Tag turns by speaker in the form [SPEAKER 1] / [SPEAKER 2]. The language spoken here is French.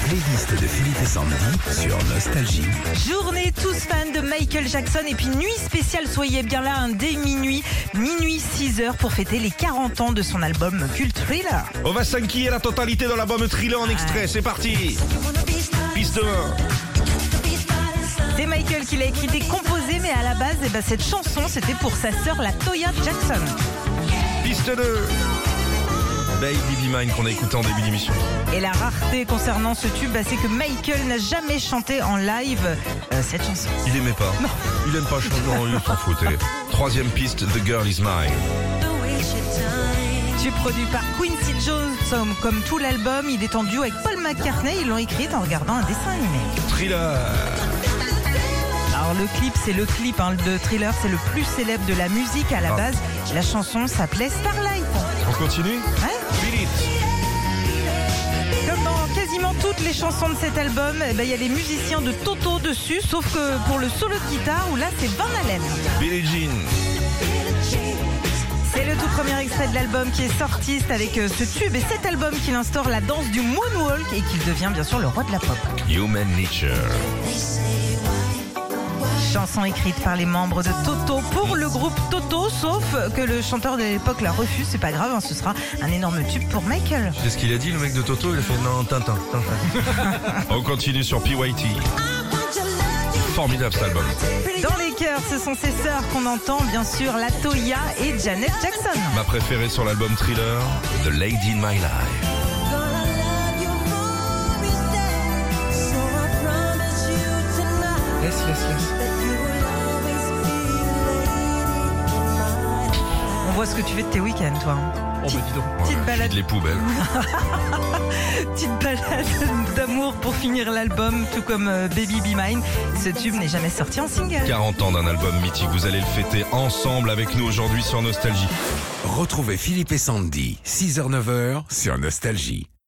[SPEAKER 1] playlist de Philippe et Sandy sur Nostalgie.
[SPEAKER 2] Journée tous fans de Michael Jackson et puis nuit spéciale, soyez bien là dès minuit 6h pour fêter les 40 ans de son album culte Thriller.
[SPEAKER 3] On va s'inquiéter la totalité de l'album Thriller en extrait, c'est parti. Piste 1.
[SPEAKER 2] C'est Michael qui l'a écrit et composé, mais à la base, cette chanson c'était pour sa sœur la Toya Jackson.
[SPEAKER 3] Piste 2. Baby Be Mine qu'on a écouté en début d'émission.
[SPEAKER 2] Et la rareté concernant ce tube, c'est que Michael n'a jamais chanté en live cette chanson.
[SPEAKER 3] Il aimait pas.
[SPEAKER 2] Non.
[SPEAKER 3] Il aime pas chanter, non, il s'en foutait. Troisième piste, The Girl Is Mine.
[SPEAKER 2] Tube produit par Quincy Jones, comme tout l'album, il est en duo avec Paul McCartney, ils l'ont écrit en regardant un dessin animé.
[SPEAKER 3] Thriller.
[SPEAKER 2] Alors le clip, c'est le clip de Thriller, c'est le plus célèbre de la musique à la base. La chanson s'appelait Starlight.
[SPEAKER 3] On continue?
[SPEAKER 2] Ouais.
[SPEAKER 3] Beat it.
[SPEAKER 2] Comme dans quasiment toutes les chansons de cet album, il y a les musiciens de Toto dessus, sauf que pour le solo de guitare, où là c'est Van Halen.
[SPEAKER 3] Billie Jean.
[SPEAKER 2] C'est le tout premier extrait de l'album qui est sorti, c'est avec ce tube et cet album qu'il instaure la danse du moonwalk et qu'il devient bien sûr le roi de la pop.
[SPEAKER 3] Human Nature.
[SPEAKER 2] Chanson écrite par les membres de Toto pour le groupe Toto, sauf que le chanteur de l'époque la refuse, c'est pas grave, ce sera un énorme tube pour Michael.
[SPEAKER 3] C'est ce qu'il a dit, le mec de Toto, il a fait non, Tintin. On continue sur PYT. Formidable cet album.
[SPEAKER 2] Dans les chœurs, ce sont ses sœurs qu'on entend, bien sûr, la Toya et Janet Jackson.
[SPEAKER 3] Ma préférée sur l'album Thriller, The Lady in My Life. Laisse.
[SPEAKER 2] On voit ce que tu fais de tes week-ends, toi.
[SPEAKER 3] Oh bah dis donc.
[SPEAKER 2] Petite balade.
[SPEAKER 3] De les poubelles.
[SPEAKER 2] Petite balade d'amour pour finir l'album, tout comme Baby Be Mine. Ce tube n'est jamais sorti en single.
[SPEAKER 3] 40 ans d'un album mythique, vous allez le fêter ensemble avec nous aujourd'hui sur Nostalgie.
[SPEAKER 1] Retrouvez Philippe et Sandy, 6h-9h sur Nostalgie.